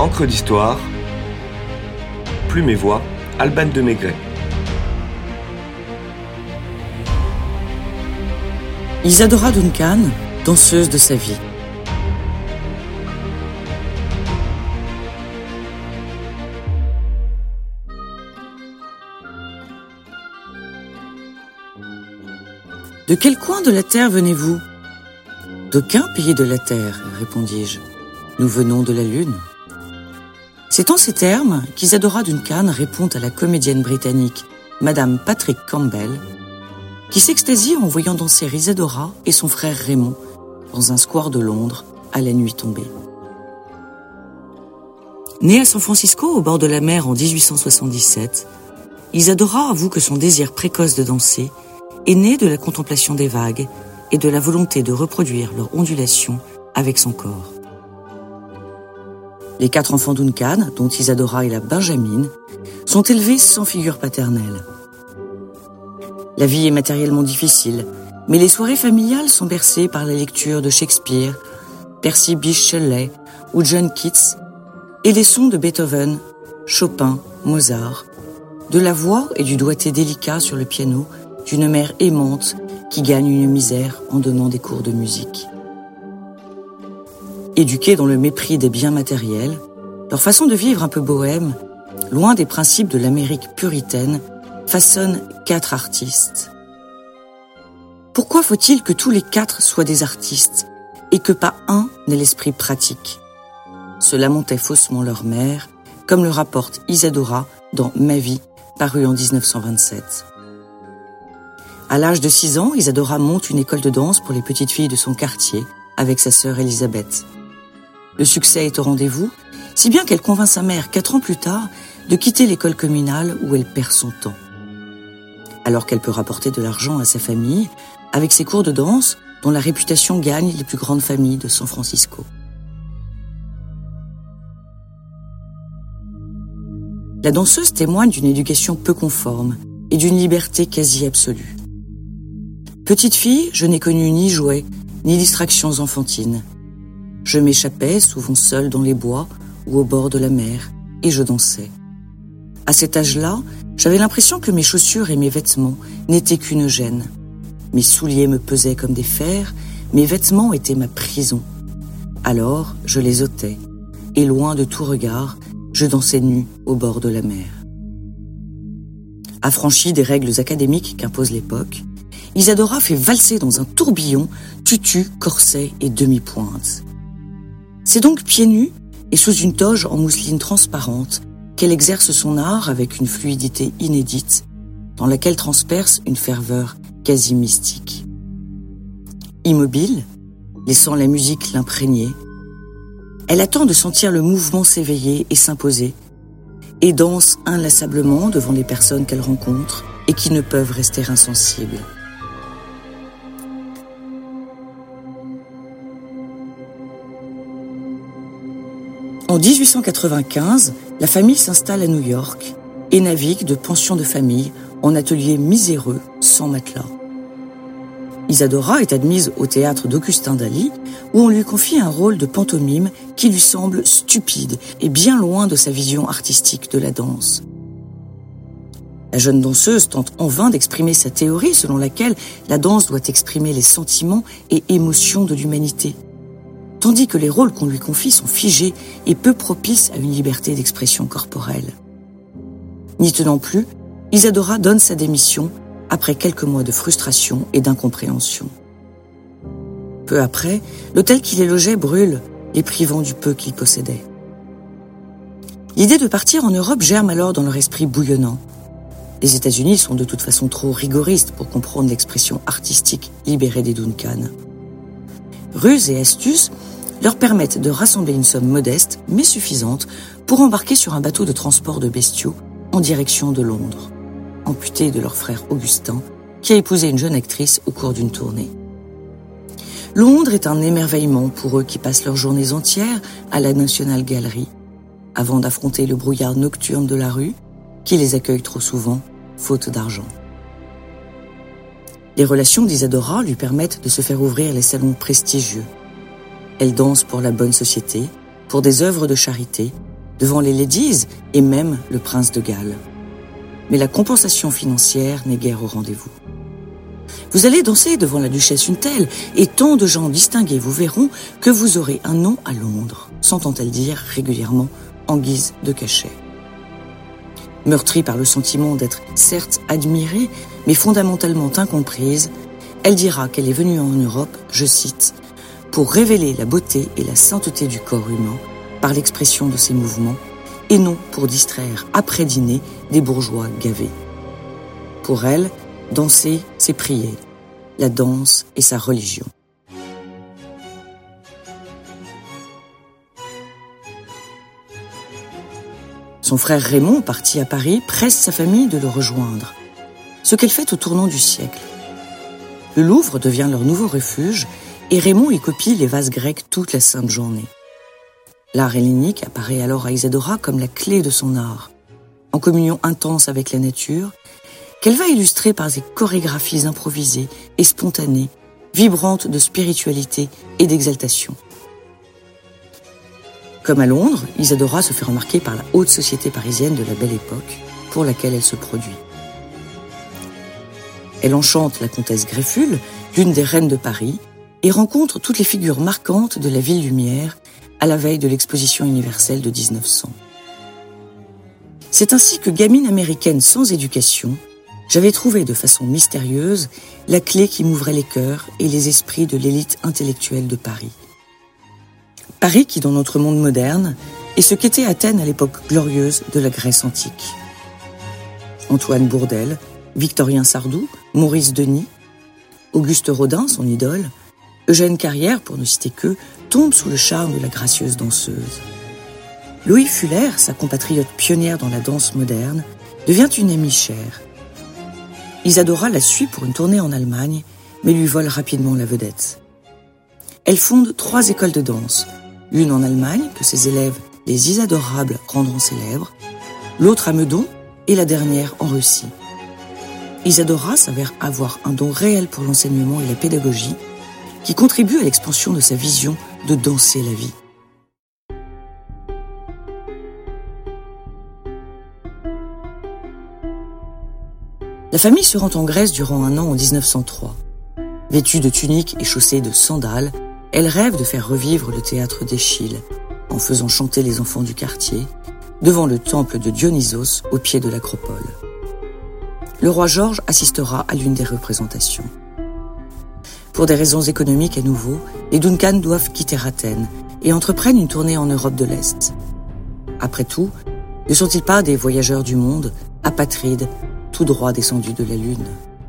Encre d'histoire, Plume et Voix, Alban de Maigret. Isadora Duncan, danseuse de sa vie. De quel coin de la terre venez-vous ? D'aucun pays de la terre, répondis-je. Nous venons de la lune. C'est en ces termes qu'Isadora Duncan répond à la comédienne britannique Madame Patrick Campbell, qui s'extasie en voyant danser Isadora et son frère Raymond dans un square de Londres à la nuit tombée. Née à San Francisco au bord de la mer en 1877, Isadora avoue que son désir précoce de danser est né de la contemplation des vagues et de la volonté de reproduire leur ondulation avec son corps. Les 4 enfants Duncan, dont Isadora est la Benjamine, sont élevés sans figure paternelle. La vie est matériellement difficile, mais les soirées familiales sont bercées par la lecture de Shakespeare, Percy Bysshe Shelley ou John Keats, et les sons de Beethoven, Chopin, Mozart, de la voix et du doigté délicat sur le piano d'une mère aimante qui gagne une misère en donnant des cours de musique. Éduqués dans le mépris des biens matériels, leur façon de vivre un peu bohème, loin des principes de l'Amérique puritaine, façonne 4 artistes. Pourquoi faut-il que tous les 4 soient des artistes et que pas un n'ait l'esprit pratique ? Se lamentait faussement leur mère, comme le rapporte Isadora dans Ma vie, paru en 1927. À l'âge de 6 ans, Isadora monte une école de danse pour les petites filles de son quartier avec sa sœur Elisabeth. Le succès est au rendez-vous, si bien qu'elle convainc sa mère 4 ans plus tard de quitter l'école communale où elle perd son temps. Alors qu'elle peut rapporter de l'argent à sa famille avec ses cours de danse dont la réputation gagne les plus grandes familles de San Francisco. La danseuse témoigne d'une éducation peu conforme et d'une liberté quasi absolue. Petite fille, je n'ai connu ni jouets, ni distractions enfantines. Je m'échappais, souvent seule dans les bois ou au bord de la mer, et je dansais. À cet âge-là, j'avais l'impression que mes chaussures et mes vêtements n'étaient qu'une gêne. Mes souliers me pesaient comme des fers, mes vêtements étaient ma prison. Alors, je les ôtais, et loin de tout regard, je dansais nue au bord de la mer. Affranchie des règles académiques qu'impose l'époque, Isadora fait valser dans un tourbillon, tutu, corset et demi-pointe. C'est donc pieds nus et sous une toge en mousseline transparente qu'elle exerce son art avec une fluidité inédite, dans laquelle transperce une ferveur quasi mystique. Immobile, laissant la musique l'imprégner, elle attend de sentir le mouvement s'éveiller et s'imposer, et danse inlassablement devant les personnes qu'elle rencontre et qui ne peuvent rester insensibles. En 1895, la famille s'installe à New York et navigue de pension de famille en atelier miséreux sans matelas. Isadora est admise au théâtre d'Augustin Daly où on lui confie un rôle de pantomime qui lui semble stupide et bien loin de sa vision artistique de la danse. La jeune danseuse tente en vain d'exprimer sa théorie selon laquelle la danse doit exprimer les sentiments et émotions de l'humanité, tandis que les rôles qu'on lui confie sont figés et peu propices à une liberté d'expression corporelle. N'y tenant plus, Isadora donne sa démission après quelques mois de frustration et d'incompréhension. Peu après, l'hôtel qui les logeait brûle, les privant du peu qu'ils possédaient. L'idée de partir en Europe germe alors dans leur esprit bouillonnant. Les États-Unis sont de toute façon trop rigoristes pour comprendre l'expression artistique libérée des Duncan. Ruse et astuce leur permettent de rassembler une somme modeste, mais suffisante, pour embarquer sur un bateau de transport de bestiaux en direction de Londres, amputé de leur frère Augustin, qui a épousé une jeune actrice au cours d'une tournée. Londres est un émerveillement pour eux qui passent leurs journées entières à la National Gallery, avant d'affronter le brouillard nocturne de la rue, qui les accueille trop souvent, faute d'argent. Les relations d'Isadora lui permettent de se faire ouvrir les salons prestigieux. Elle danse pour la bonne société, pour des œuvres de charité devant les ladies et même le prince de Galles. Mais la compensation financière n'est guère au rendez-vous. Vous allez danser devant la duchesse une telle, et tant de gens distingués vous verront que vous aurez un nom à Londres, s'entend-elle dire régulièrement en guise de cachet. Meurtrie par le sentiment d'être certes admirée, mais fondamentalement incomprise, elle dira qu'elle est venue en Europe, je cite, « pour révéler la beauté et la sainteté du corps humain par l'expression de ses mouvements, et non pour distraire après dîner des bourgeois gavés. » Pour elle, danser, c'est prier. La danse est sa religion. Son frère Raymond, parti à Paris, presse sa famille de le rejoindre. Ce qu'elle fait au tournant du siècle. Le Louvre devient leur nouveau refuge et Raymond y copie les vases grecs toute la sainte journée. L'art hellénique apparaît alors à Isadora comme la clé de son art, en communion intense avec la nature, qu'elle va illustrer par des chorégraphies improvisées et spontanées, vibrantes de spiritualité et d'exaltation. Comme à Londres, Isadora se fait remarquer par la haute société parisienne de la Belle Époque, pour laquelle elle se produit. Elle enchante la comtesse Greffule, l'une des reines de Paris, et rencontre toutes les figures marquantes de la ville lumière à la veille de l'exposition universelle de 1900. C'est ainsi que, gamine américaine sans éducation, j'avais trouvé de façon mystérieuse la clé qui m'ouvrait les cœurs et les esprits de l'élite intellectuelle de Paris. Paris qui, dans notre monde moderne, est ce qu'était Athènes à l'époque glorieuse de la Grèce antique. Antoine Bourdelle, Victorien Sardou, Maurice Denis, Auguste Rodin, son idole, Eugène Carrière, pour ne citer qu'eux, tombent sous le charme de la gracieuse danseuse. Louis Fuller, sa compatriote pionnière dans la danse moderne, devient une amie chère. Isadora la suit pour une tournée en Allemagne, mais lui vole rapidement la vedette. Elle fonde 3 écoles de danse, l'une en Allemagne, que ses élèves, les Isadorables, rendront célèbres, l'autre à Meudon et la dernière en Russie. Isadora s'avère avoir un don réel pour l'enseignement et la pédagogie, qui contribue à l'expansion de sa vision de danser la vie. La famille se rend en Grèce durant un an en 1903. Vêtue de tunique et chaussée de sandales, elle rêve de faire revivre le théâtre d'Échille, en faisant chanter les enfants du quartier, devant le temple de Dionysos au pied de l'acropole. Le roi Georges assistera à l'une des représentations. Pour des raisons économiques à nouveau, les Duncan doivent quitter Athènes et entreprennent une tournée en Europe de l'Est. Après tout, ne sont-ils pas des voyageurs du monde, apatrides, tout droit descendus de la Lune?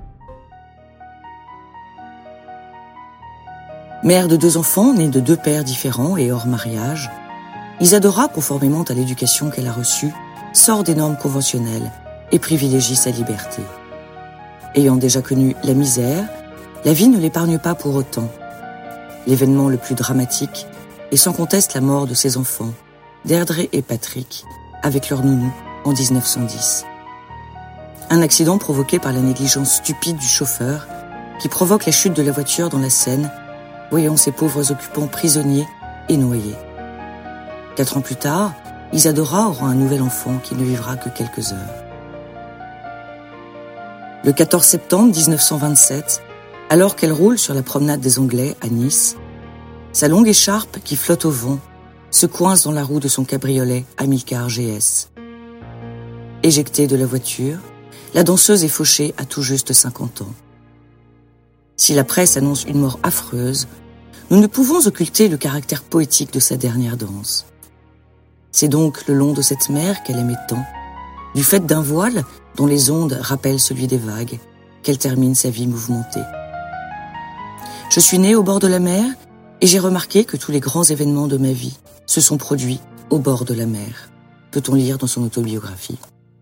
Mère de 2 enfants nés de 2 pères différents et hors mariage, Isadora, conformément à l'éducation qu'elle a reçue, sort des normes conventionnelles et privilégie sa liberté. Ayant déjà connu la misère, la vie ne l'épargne pas pour autant. L'événement le plus dramatique est sans conteste la mort de ses enfants, Deirdre et Patrick, avec leur nounou en 1910. Un accident provoqué par la négligence stupide du chauffeur qui provoque la chute de la voiture dans la Seine, voyant ses pauvres occupants prisonniers et noyés. 4 ans plus tard, Isadora aura un nouvel enfant qui ne vivra que quelques heures. Le 14 septembre 1927, alors qu'elle roule sur la promenade des Anglais à Nice, sa longue écharpe qui flotte au vent se coince dans la roue de son cabriolet Amilcar GS. Éjectée de la voiture, la danseuse est fauchée à tout juste 50 ans. Si la presse annonce une mort affreuse, nous ne pouvons occulter le caractère poétique de sa dernière danse. C'est donc le long de cette mer qu'elle aimait tant, du fait d'un voile dont les ondes rappellent celui des vagues, qu'elle termine sa vie mouvementée. Je suis née au bord de la mer et j'ai remarqué que tous les grands événements de ma vie se sont produits au bord de la mer, peut-on lire dans son autobiographie.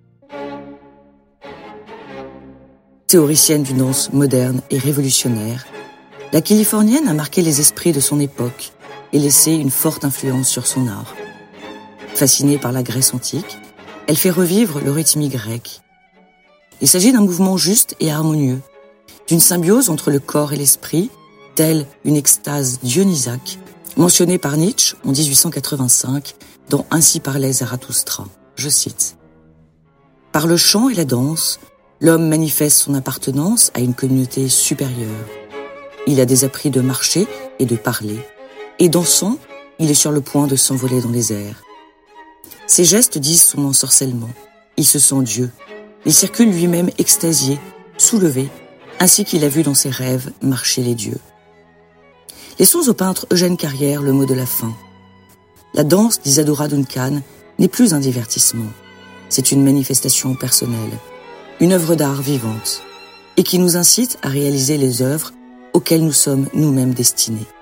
Théoricienne d'une danse moderne et révolutionnaire, la Californienne a marqué les esprits de son époque et laissé une forte influence sur son art. Fascinée par la Grèce antique, elle fait revivre le rythme grec. Il s'agit d'un mouvement juste et harmonieux, d'une symbiose entre le corps et l'esprit, telle une extase dionysaque, mentionnée par Nietzsche en 1885 dans Ainsi parlait Zarathustra. Je cite. « Par le chant et la danse, l'homme manifeste son appartenance à une communauté supérieure. Il a désappris de marcher et de parler, et dansant, il est sur le point de s'envoler dans les airs. Ses gestes disent son ensorcellement. Il se sent Dieu. Il circule lui-même extasié, soulevé, ainsi qu'il a vu dans ses rêves marcher les dieux. » Laissons au peintre Eugène Carrière le mot de la fin. La danse d'Isadora Duncan n'est plus un divertissement. C'est une manifestation personnelle, une œuvre d'art vivante, et qui nous incite à réaliser les œuvres auxquelles nous sommes nous-mêmes destinés.